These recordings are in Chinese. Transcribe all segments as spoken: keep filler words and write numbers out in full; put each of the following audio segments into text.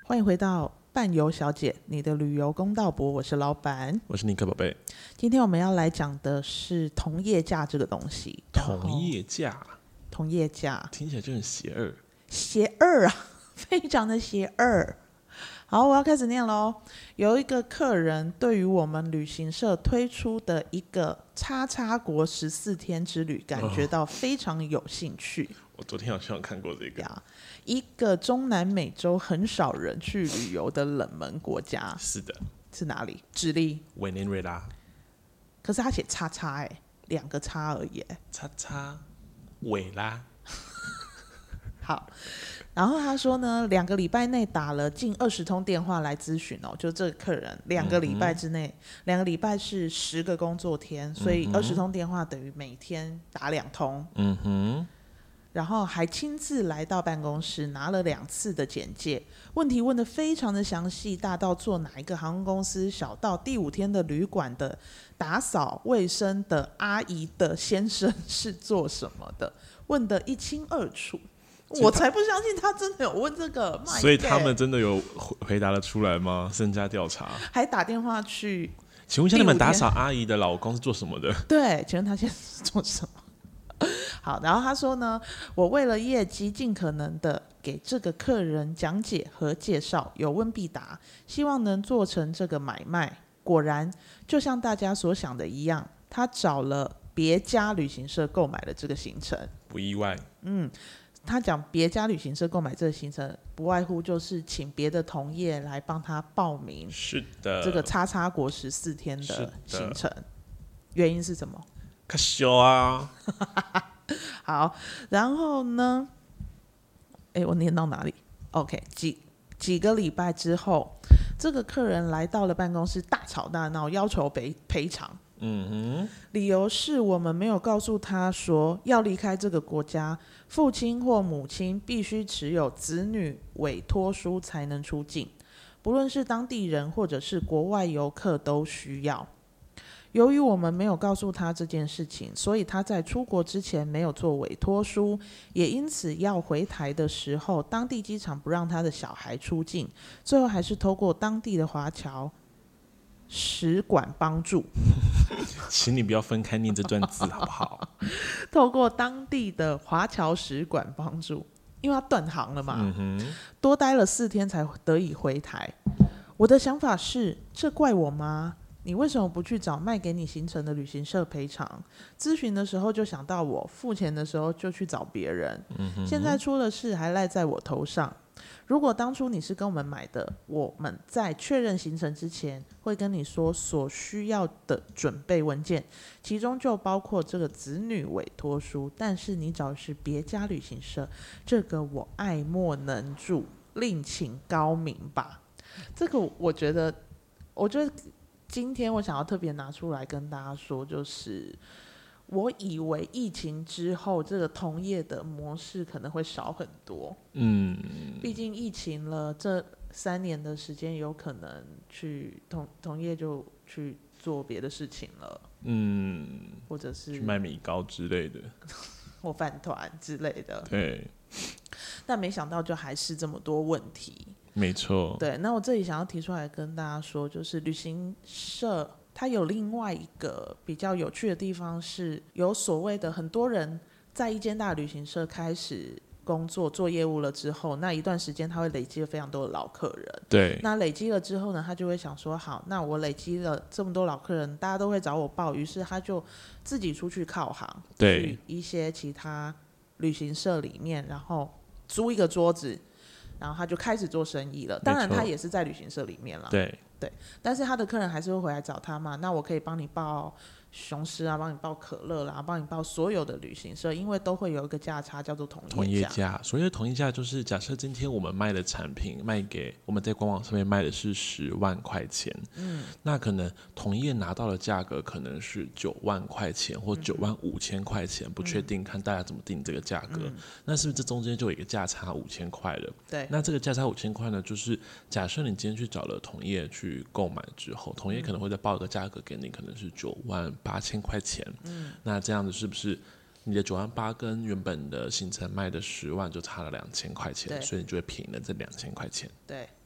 欢迎回到伴游小姐，你的旅游公道伯，我是老板， 我是尼克宝贝。 今天我们要来讲的是同业价这个东西。 同业价， 同业价听起来就很邪恶， 邪恶啊，非常的邪恶。好，我要开始念咯。有一个客人对于我们旅行社推出的一个叉叉国十四天之旅感觉到非常有兴趣。 我昨天好像有看过这个， 一个中南美洲很少人去旅游的冷门国家。 是的， 是哪里？智利。 委内瑞拉。 可是他写叉叉哎，两个叉而已。 叉叉委拉。 好，然后他说呢，两个礼拜内打了近二十通电话来咨询哦，就这个客人两个礼拜之内，两、嗯、个礼拜是十个工作天，所以二十通电话等于每天打两通。嗯哼。然后还亲自来到办公室拿了两次的简介，问题问得非常的详细，大到做哪一个航空公司，小到第五天的旅馆的打扫卫生的阿姨的先生是做什么的，问得一清二楚。我才不相信他真的有问这个， 所以他们真的有回答得出来吗？身家调查， 还打电话去。 请问一下，你们打扫阿姨的老公是做什么的？ 对，请问他现在是做什么？好，然后他说呢，我为了业绩尽可能的给这个客人讲解和介绍，有问必答，希望能做成这个买卖。果然就像大家所想的一样，他找了别家旅行社购买了这个行程。 不意外。嗯， 他讲别家旅行社购买这个行程，不外乎就是请别的同业来帮他报名。 是的， 这个叉叉国十四天的行程，原因是什么？ 可羞啊！ 好，然后呢？哎，我念到哪里 ？OK， 几几个礼拜之后，这个客人来到了办公室，大吵大闹，要求赔赔偿。嗯哼，理由是我们没有告诉他说，要离开这个国家，父亲或母亲必须持有子女委托书才能出境，不论是当地人或者是国外游客都需要。由于我们没有告诉他这件事情，所以他在出国之前没有做委托书，也因此要回台的时候，当地机场不让他的小孩出境，最后还是透过当地的华侨使馆帮助。 请你不要分开念这段字好不好？ 透过当地的华侨使馆帮助，因为他断航了嘛，嗯、多待了四天才得以回台。我的想法是，这怪我吗？你为什么不去找卖给你行程的旅行社赔偿？咨询的时候就想到我，付钱的时候就去找别人。嗯、现在出了事还赖在我头上。如果当初你是跟我们买的，我们在确认行程之前会跟你说所需要的准备文件，其中就包括这个子女委托书。但是你找的是别家旅行社，这个我爱莫能助，另请高明吧。这个我觉得，我觉得。今天我想要特别拿出来跟大家说，就是我以为疫情之后这个同业的模式可能会少很多。嗯，毕竟疫情了这三年的时间，有可能去同同业就去做别的事情了。嗯，或者是去卖米糕之类的， 或饭团之类的。 对， 但没想到就还是这么多问题。 没错， 对，那我这里想要提出来跟大家说，就是旅行社它有另外一个比较有趣的地方，是有所谓的很多人在一间大旅行社开始工作做业务了之后，那一段时间他会累积了非常多的老客人。 对， 那累积了之后呢，他就会想说，好，那我累积了这么多老客人，大家都会找我报，于是他就自己出去靠行， 对， 去一些其他旅行社里面，然后租一个桌子。然后他就开始做生意了，当然他也是在旅行社里面了， 对对，但是他的客人还是会回来找他嘛，那我可以帮你报雄狮啊，帮你报可乐啦，帮你报所有的旅行社，因为都会有一个价差叫做同业价。 同业价，所谓的同业价就是假设今天我们卖的产品卖给我们在官网上面卖的是十万块钱，嗯，那可能同业拿到的价格可能是九万块钱或九万五千块钱，嗯、不确定，看大家怎么定这个价格。嗯、那是不是这中间就有一个价差五千块了？ 对， 那这个价差五千块呢，就是假设你今天去找了同业去购买之后，同业可能会再报一个价格给你，可能是九万八千块钱，嗯，那这样子是不是你的九万八跟原本的行程卖的十万就差了两千块钱，所以你就会便宜了这两千块钱。 对，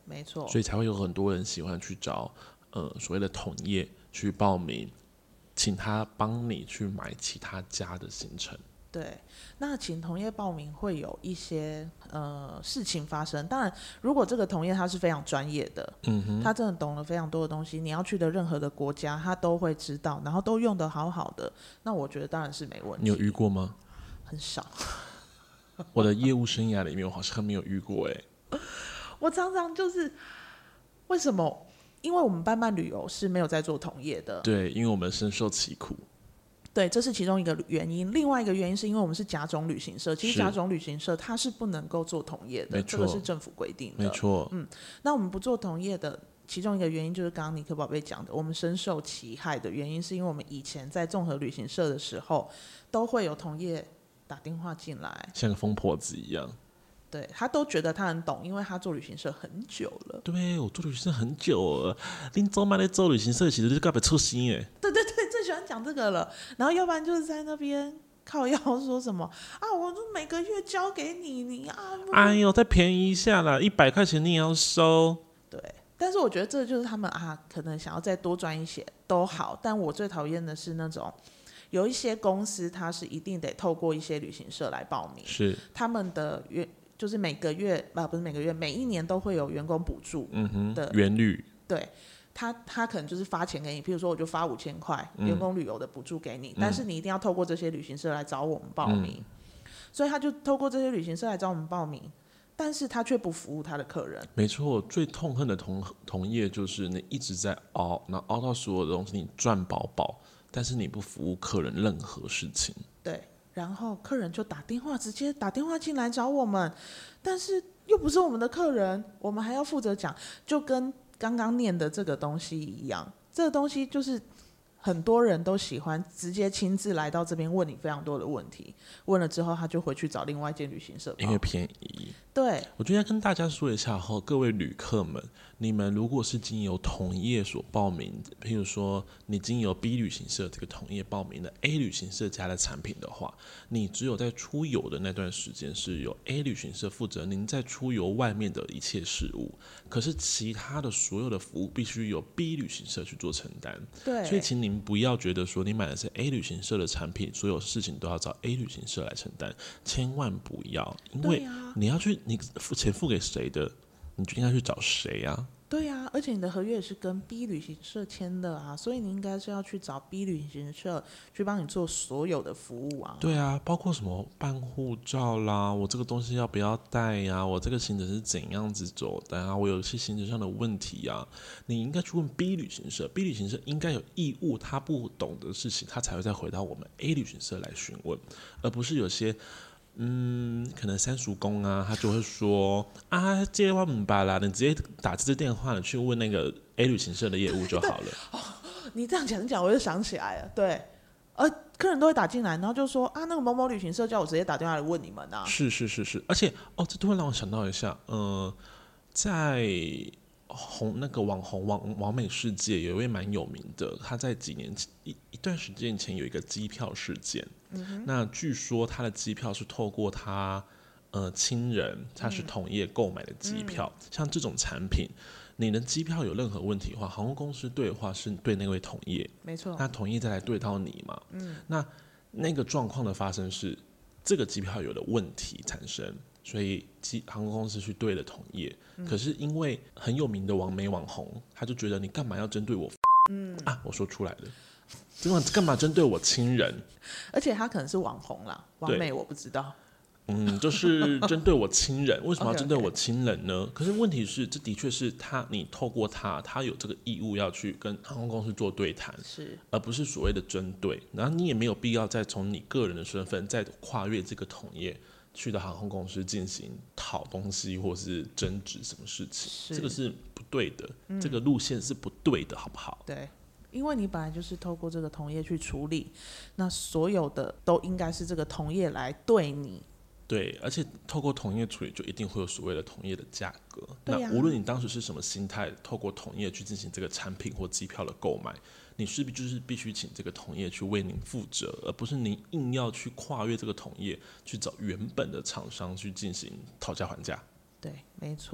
没错， 所以才会有很多人喜欢去找呃所谓的同业去报名，请他帮你去买其他家的行程。 对，那请同业报名会有一些呃事情发生。当然，如果这个同业他是非常专业的， 嗯哼， 他真的懂了非常多的东西，你要去的任何的国家他都会知道，然后都用得好好的，那我觉得当然是没问题。 你有遇过吗？ 很少。 我的业务生涯里面，我好像没有遇过哎、欸。 我常常就是为什么？因为我们伴伴旅游是没有在做同业的， 对，因为我们深受其苦。 对，这是其中一个原因。另外一个原因是因为我们是甲种旅行社，其实甲种旅行社它是不能够做同业的，这个是政府规定的。 没错， 嗯，那我们不做同业的其中一个原因就是刚刚尼克宝贝讲的，我们深受其害的原因是因为我们以前在综合旅行社的时候，都会有同业打电话进来， 像个疯婆子一样。 对，他都觉得他很懂，因为他做旅行社很久了。 对，我做旅行社很久了，恁做嘛咧做旅行社，其实你干嘛出心耶？ 对对对，最喜欢讲这个了。然后要不然就是在那边靠腰说什么啊，我就每个月交给你，你啊， 哎呦，再便宜一下啦，一百块钱你也要收。 对，但是我觉得这就是他们啊，可能想要再多赚一些都好。但我最讨厌的是那种有一些公司，它是一定得透过一些旅行社来报名， 是他们的月就是每个月啊，不是每个月，每一年都会有员工补助的， 嗯哼，原旅， 对。他他可能就是发钱给你，譬如说我就发五千块员工旅游的补助给你、嗯，但是你一定要透过这些旅行社来找我们报名、嗯，所以他就透过这些旅行社来找我们报名，但是他却不服务他的客人。 没错，最痛恨的同同业就是你一直在熬，那熬到所有的东西你赚饱饱，但是你不服务客人任何事情。 对，然后客人就打电话直接打电话进来找我们，但是又不是我们的客人，我们还要负责讲，就跟刚刚念的这个东西一样，这个东西就是很多人都喜欢直接亲自来到这边问你非常多的问题，问了之后他就回去找另外一间旅行社， 因为便宜。 对， 我觉得要跟大家说一下哈，各位旅客们，你们如果是经由同业所报名，譬如说你经由 B 旅行社这个同业报名的 A 旅行社家的产品的话，你只有在出游的那段时间是由 A 旅行社负责您在出游外面的一切事务，可是其他的所有的服务必须由 B 旅行社去做承担。 对， 所以请您不要觉得说你买的是 A 旅行社的产品，所有事情都要找 A 旅行社来承担，千万不要，因为你要去你付钱付给谁的，你就应该去找谁啊。 对啊，而且你的合约也是跟 B 旅行社签的啊，所以你应该是要去找 B 旅行社去帮你做所有的服务啊。 对啊，包括什么办护照啦，我这个东西要不要带呀、啊？我这个行程是怎样子走的啊？我有一些行程上的问题啊，你应该去问 B 旅行社 ，B 旅行社应该有义务，他不懂的事情，他才会再回到我们 A 旅行社来询问，而不是有些。嗯，可能三叔公啊，他就会说啊，这我唔巴啦，你直接打这支电话，你去问那个 A 旅行社的业务就好了。 哦，你这样讲讲，我就想起来了，对，呃，客人都会打进来，然后就说啊，那个某某旅行社叫我直接打电话来问你们啊。是是是是，而且哦，这突然让我想到一下，呃，在红那个网红网网美世界有一位蛮有名的，他在几年前一一段时间前有一个机票事件，嗯、那据说他的机票是透过他呃亲人，他是同业购买的机票、嗯，像这种产品，你的机票有任何问题的话，航空公司对的话是对那位同业， 没错， 那同业再来对到你嘛，嗯，那那个状况的发生是这个机票有了问题产生。所以航空公司去对了同业、嗯，可是因为很有名的网美网红，他就觉得你干嘛要针对我？嗯啊，我说出来了，真的干嘛针对我亲人？ 而且他可能是网红啦，网美我不知道。 嗯，就是针对我亲人，为什么要针对我亲人呢？ okay, okay. 可是问题是，这的确是他，你透过他，他有这个义务要去跟航空公司做对谈， 是，而不是所谓的针对。然后你也没有必要再从你个人的身份，再跨越这个同业。去的航空公司进行讨东西或是争执什么事情，这个是不对的、嗯，这个路线是不对的，好不好？ 对，因为你本来就是透过这个同业去处理，那所有的都应该是这个同业来对你。 对，而且透过同业处理，就一定会有所谓的同业的价格。那无论你当时是什么心态，透过同业去进行这个产品或机票的购买，你势必就是必须请这个同业去为您负责，而不是您硬要去跨越这个同业去找原本的厂商去进行讨价还价。 对，没错。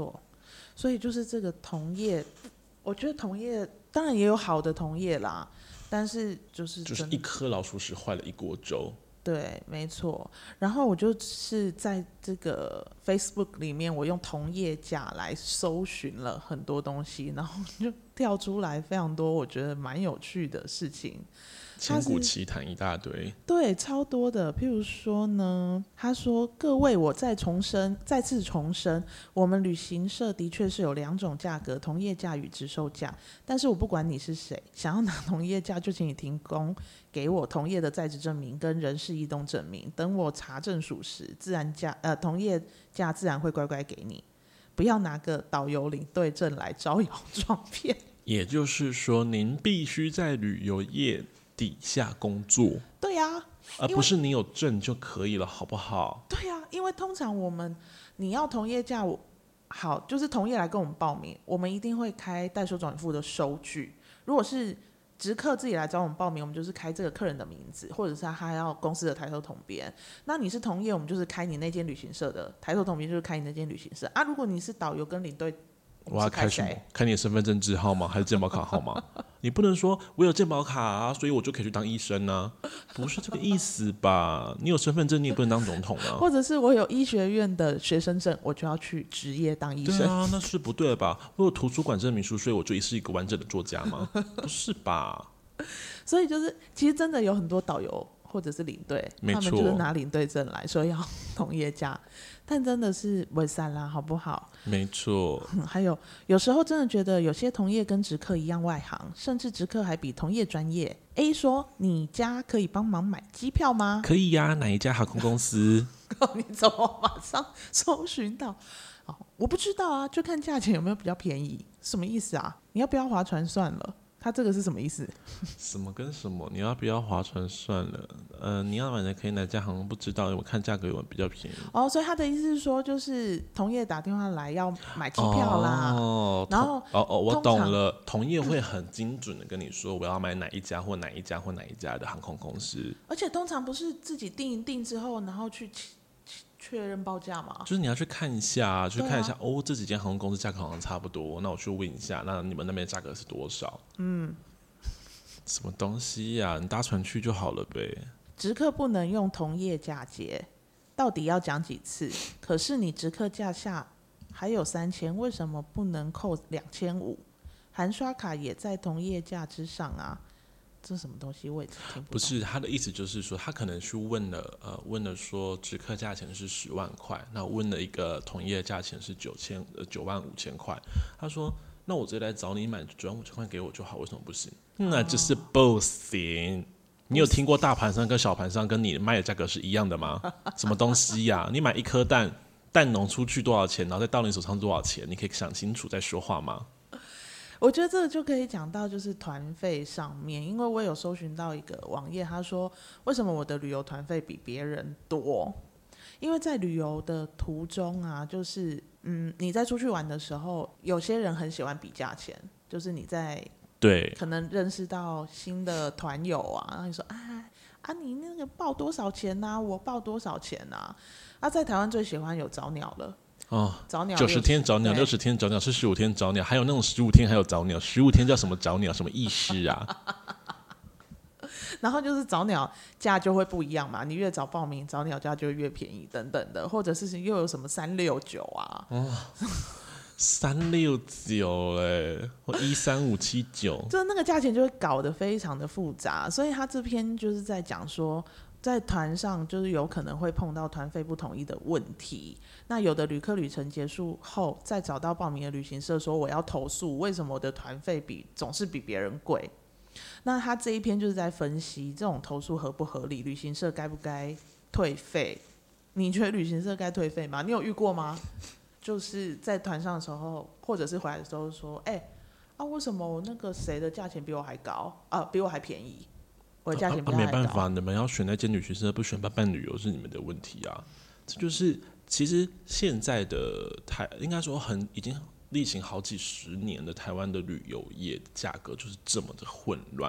所以就是这个同业，我觉得同业当然也有好的同业啦，但是就是就是一颗老鼠屎坏了一锅粥。 对，没错。然后我就是在这个 Facebook 里面，我用同业价来搜寻了很多东西，然后就跳出来非常多我觉得蛮有趣的事情。 千古奇谈一大堆， 对，超多的。譬如说呢，他说：“各位，我再重申，再次重申，我们旅行社的确是有两种价格，同业价与直售价。但是我不管你是谁，想要拿同业价，就请你提供给我同业的在职证明跟人事异动证明。等我查证属实，自然价呃同业价自然会乖乖给你。不要拿个导游领队证来招摇撞骗。” 也就是说，您必须在旅游业底下工作， 对呀、啊， 而不是你有证就可以了，好不好？ 对呀、啊，因为通常我们你要同业价，好，就是同业来跟我们报名，我们一定会开代收转付的收据。如果是直客自己来找我们报名，我们就是开这个客人的名字，或者是他要公司的抬头统编。那你是同业，我们就是开你那间旅行社的抬头统编，就是开你那间旅行社啊。如果你是导游跟领队， 我要开什么？开你的身份证字号吗？还是健保卡号码？你不能说我有健保卡啊，所以我就可以去当医生啊，不是这个意思吧？你有身份证，你也不能当总统啊。 或者是我有医学院的学生证，我就要去职业当医生。 对啊，那是不对吧？我有图书馆证明书，所以我就是一个完整的作家吗？不是吧？ 所以就是，其实真的有很多导游或者是领队，他们就是拿领队证来说要同业价，但真的是不会散啦，好不好？ 没错、 嗯。还有有时候真的觉得有些同业跟直客一样外行，甚至直客还比同业专业。A 说：“你家可以帮忙买机票吗？” 可以呀、啊，哪一家航空公司？ 你怎么马上搜寻到？哦，我不知道啊，就看价钱有没有比较便宜，什么意思啊？你要不要划船算了？他这个是什么意思？ 什么跟什么？你要不要划船算了？呃，你要买的可以哪家航空不知道，我看价格有比较便宜。 哦，所以他的意思是说，就是同业打电话来要买机票啦。 哦， 然后哦哦，我懂了，同业会很精准的跟你说我要买哪一家或哪一家或哪一家的航空公司。 而且通常不是自己订一订之后，然后去确认报价吗？ 就是你要去看一下，去看一下、啊、哦，这几间航空公司价格好像差不多，那我去问一下，那你们那边价格是多少？嗯，什么东西呀、啊？你搭船去就好了呗。 直客不能用同业价结，到底要讲几次？可是你直客价下还有三千，为什么不能扣两千五？含刷卡也在同业价之上啊。这是什么东西？我也听不懂。 不是他的意思，就是说他可能去问了，呃，问了说直客价钱是十万块，那问了一个同业价钱是九千呃九万五千块。他说，那我直接来找你买九万五千块给我就好，为什么不行？那就是不行。你有听过大盘商跟小盘商跟你卖的价格是一样的吗？什么东西呀、啊？你买一颗蛋，蛋农出去多少钱，然后再到你手上多少钱？你可以想清楚再说话吗？ 我觉得这个就可以讲到就是团费上面，因为我有搜寻到一个网页，他说为什么我的旅游团费比别人多？因为在旅游的途中啊，就是嗯，你在出去玩的时候，有些人很喜欢比价钱，就是你在对可能认识到新的团友啊，然后你说啊啊，你那个报多少钱啊？我报多少钱啊？啊，在台湾最喜欢有早鸟了。 哦， 早鸟九十天早鸟，六十天早鸟，是十五天早鸟，还有那种十五天还有早鸟，十五天叫什么早鸟？什么意思啊？ 然后就是早鸟价就会不一样嘛，你越早报名，早鸟价就会越便宜等等的，或者是又有什么三六九啊？ 哦，三六九嘞，或一三五七九， 就那个价钱就会搞得非常的复杂，所以他这篇就是在讲说。在团上就是有可能会碰到团费不统一的问题，那有的旅客旅程结束后再找到报名的旅行社说我要投诉，为什么我的团费比总是比别人贵？那他这一篇就是在分析这种投诉合不合理，旅行社该不该退费？你觉得旅行社该退费吗？你有遇过吗？就是在团上的时候，或者是回来的时候说，哎、欸，啊，为什么我那个谁的价钱比我还高啊，比我还便宜？我的价钱比他还高、 啊啊、没办法，你们要选那间旅行社，不选办办旅游是你们的问题啊。这就是其实现在的台，应该说很已经历行好几十年的台湾的旅游业价格就是这么的混乱。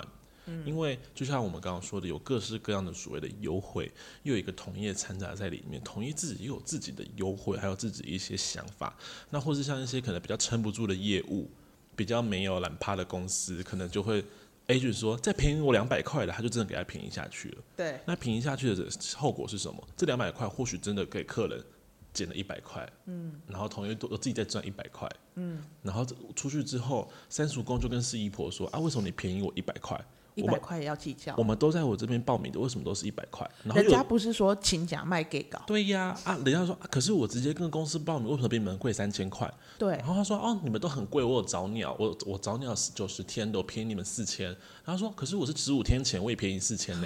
嗯、因为就像我们刚刚说的，有各式各样的所谓的优惠，又有一个同业掺杂在里面，同业自己又有自己的优惠，还有自己一些想法。那或是像一些可能比较撑不住的业务，比较没有懒趴的公司，可能就会 agent 说再便宜我两百块的，他就真的给他便宜下去了。 对， 那便宜下去的后果是什么？这两百块或许真的给客人减了一百块，嗯，然后同业都自己再赚一百块，嗯，然后出去之后，三叔公就跟四姨婆说啊，为什么你便宜我一百块？ 一百块也要计较？ 我们都在我这边报名的，为什么都是一百块？然后人家不是说请假卖给稿？ 对呀，啊，人家说、啊，可是我直接跟公司报名，为什么比你们贵三千块？ 对， 然后他说哦，你们都很贵，我有早鸟，我我早鸟九十天的，我便宜你们四千。然后说，可是我是十五天前我也便宜四千呢。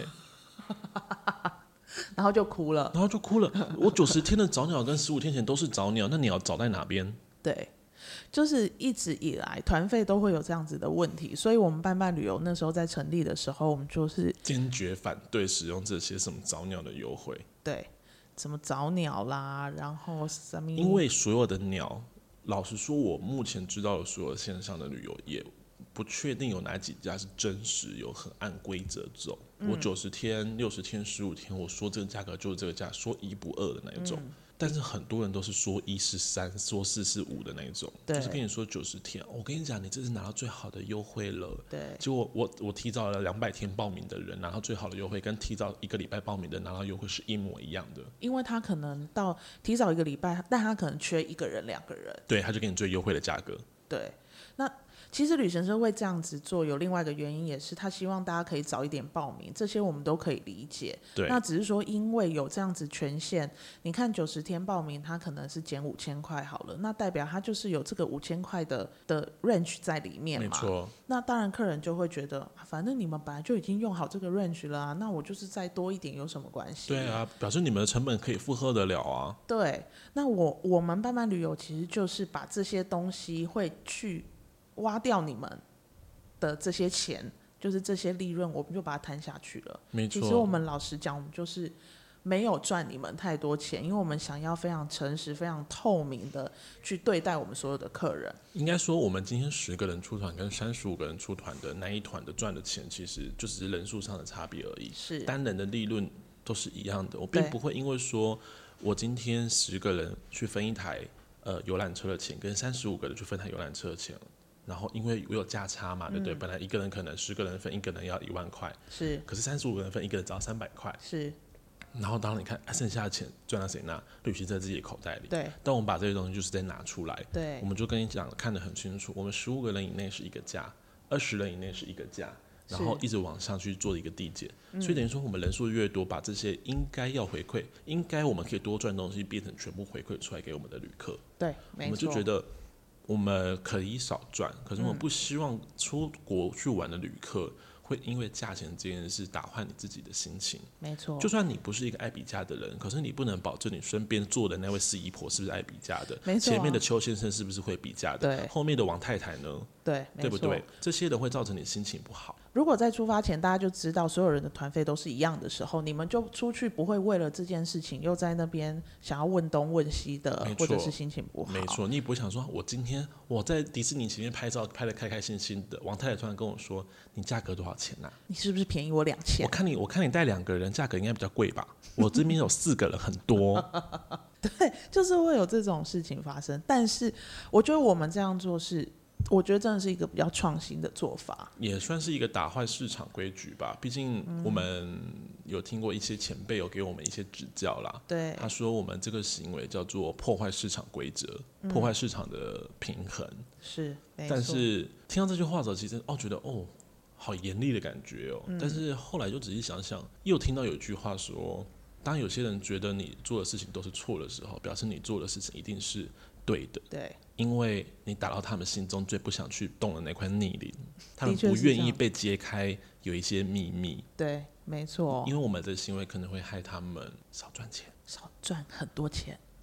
然后就哭了， 然后就哭了。我九十天的早鸟跟十五天前都是早鸟，那你要早在哪边？ 对，就是一直以来团费都会有这样子的问题，所以我们伴伴旅游那时候在成立的时候，我们就是坚决反对使用这些什么早鸟的优惠。 对，什么早鸟啦，然后什么， 因为所有的鸟，老实说，我目前知道的所有线上的旅游业，不确定有哪几家是真实有很按规则走。嗯、我九十天、六十天、十五天，我说这个价格就是这个价，说一不二的那一种。嗯、但是很多人都是说一是三，说四是五的那一种，就是跟你说九十天，我跟你讲，你这是拿到最好的优惠了。 对， 结果我我提早了两百天报名的人拿到最好的优惠，跟提早一个礼拜报名的拿到优惠是一模一样的。 因为他可能到提早一个礼拜，但他可能缺一个人、两个人， 对，他就给你最优惠的价格。 对，那。其实旅行社会这样子做，有另外一个原因，也是他希望大家可以早一点报名，这些我们都可以理解。 对， 那只是说，因为有这样子权限，你看九十天报名，他可能是减五千块好了，那代表他就是有这个五千块的的 range 在里面嘛。 没错。 那当然，客人就会觉得，反正你们本来就已经用好这个 range 了啊，那我就是再多一点有什么关系？ 对啊，表示你们的成本可以负荷得了啊。 对，那我我们伴伴旅游其实就是把这些东西会去。挖掉你们的这些钱，就是这些利润，我们就把它摊下去了。 没错， 其实我们老实讲，我们就是没有赚你们太多钱，因为我们想要非常诚实、非常透明的去对待我们所有的客人。 应该说，我们今天十个人出团跟三十五个人出团的那一团的赚的钱，其实就只是人数上的差别而已。 是单人的利润都是一样的。我并不会因为说我今天十个人去分一台呃游览车的钱，跟三十五个人去分台游览车的钱。然后因为我有价差嘛，对不对？嗯、本来一个人可能十个人分，一个人要一万块， 是。 可是三十五个人分，一个人只要三百块， 是。 然后当然你看，剩下的钱赚到谁拿？旅行社自己的口袋里。 对。 但我们把这些东西就是再拿出来， 对， 我们就跟你讲，看得很清楚，我们十五个人以内是一个价，二十人以内是一个价，然后一直往上去做一个递减。所以等于说，我们人数越多，把这些应该要回馈，应该我们可以多赚东西，变成全部回馈出来给我们的旅客。 对，没错。 我们就觉得。我们可以少赚，可是我们不希望出国去玩的旅客会因为价钱这件事打坏你自己的心情。 没错， 就算你不是一个爱比价的人，可是你不能保证你身边坐的那位四姨婆是不是爱比价的， 没错啊、 前面的邱先生是不是会比价的， 对， 后面的王太太呢？ 对， 对不对？这些人会造成你心情不好。 如果在出发前大家就知道所有人的团费都是一样的时候，你们就出去不会为了这件事情又在那边想要问东问西的，或者是心情不好。 没错，你也不会想说，我今天我在迪士尼前面拍照拍得开开心心的，王太太突然跟我说，你价格多少钱啊？ 你是不是便宜我两千？ 我看你，我看你带两个人，价格应该比较贵吧？我这边有四个人，很多。 对，就是会有这种事情发生。但是我觉得我们这样做是。我觉得真的是一个比较创新的做法， 也算是一个打坏市场规矩吧。毕竟我们有听过一些前辈有给我们一些指教啦。 对， 他说我们这个行为叫做破坏市场规则，嗯、破坏市场的平衡。 是， 但是听到这句话的时候，其实哦觉得哦好严厉的感觉哦。嗯、但是后来就仔细想想，又听到有一句话说，当有些人觉得你做的事情都是错的时候，表示你做的事情一定是对的。 对。 因为你打到他们心中最不想去动的那块逆鳞，他们不愿意被揭开有一些秘密。 对，没错。 因为我们的行为可能会害他们少赚钱， 少赚很多钱。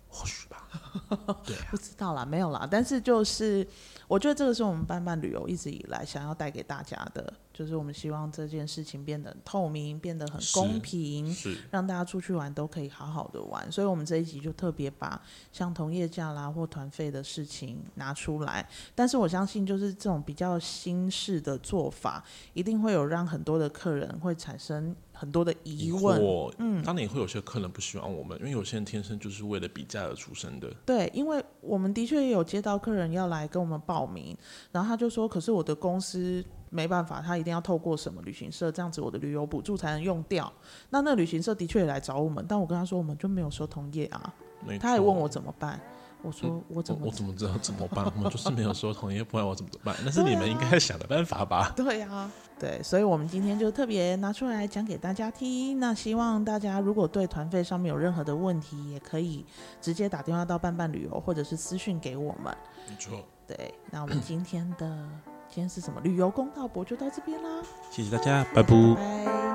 或许吧，对啊， 不知道啦，没有啦。但是就是我觉得这个是我们伴伴旅游一直以来想要带给大家的，就是我们希望这件事情变得很透明，变得很公平，让大家出去玩都可以好好的玩。所以我们这一集就特别把像同业价啦或团费的事情拿出来。但是我相信就是这种比较新式的做法，一定会有让很多的客人会产生很多的疑问。 嗯，当然也会有些客人不喜欢我们，因为有些人天生就是为了比价而出生的。 对，因为我们的确也有接到客人要来跟我们报名，然后他就说，可是我的公司没办法，他一定要透过什么旅行社，这样子我的旅游补助才能用掉。那那旅行社的确也来找我们，但我跟他说我们就没有收同业啊，他还问我怎么办。我说、嗯、我怎么我怎么知道怎么办？我们就是没有收同业，不然我怎么办？那是你们应该想的办法吧？ 对啊，对，所以我们今天就特别拿出来讲给大家听。那希望大家如果对团费上面有任何的问题，也可以直接打电话到伴伴旅游，或者是私讯给我们。 没错。 对，那我们今天的今天是什么旅游公道博就到这边啦， 谢谢大家，拜拜。 拜拜。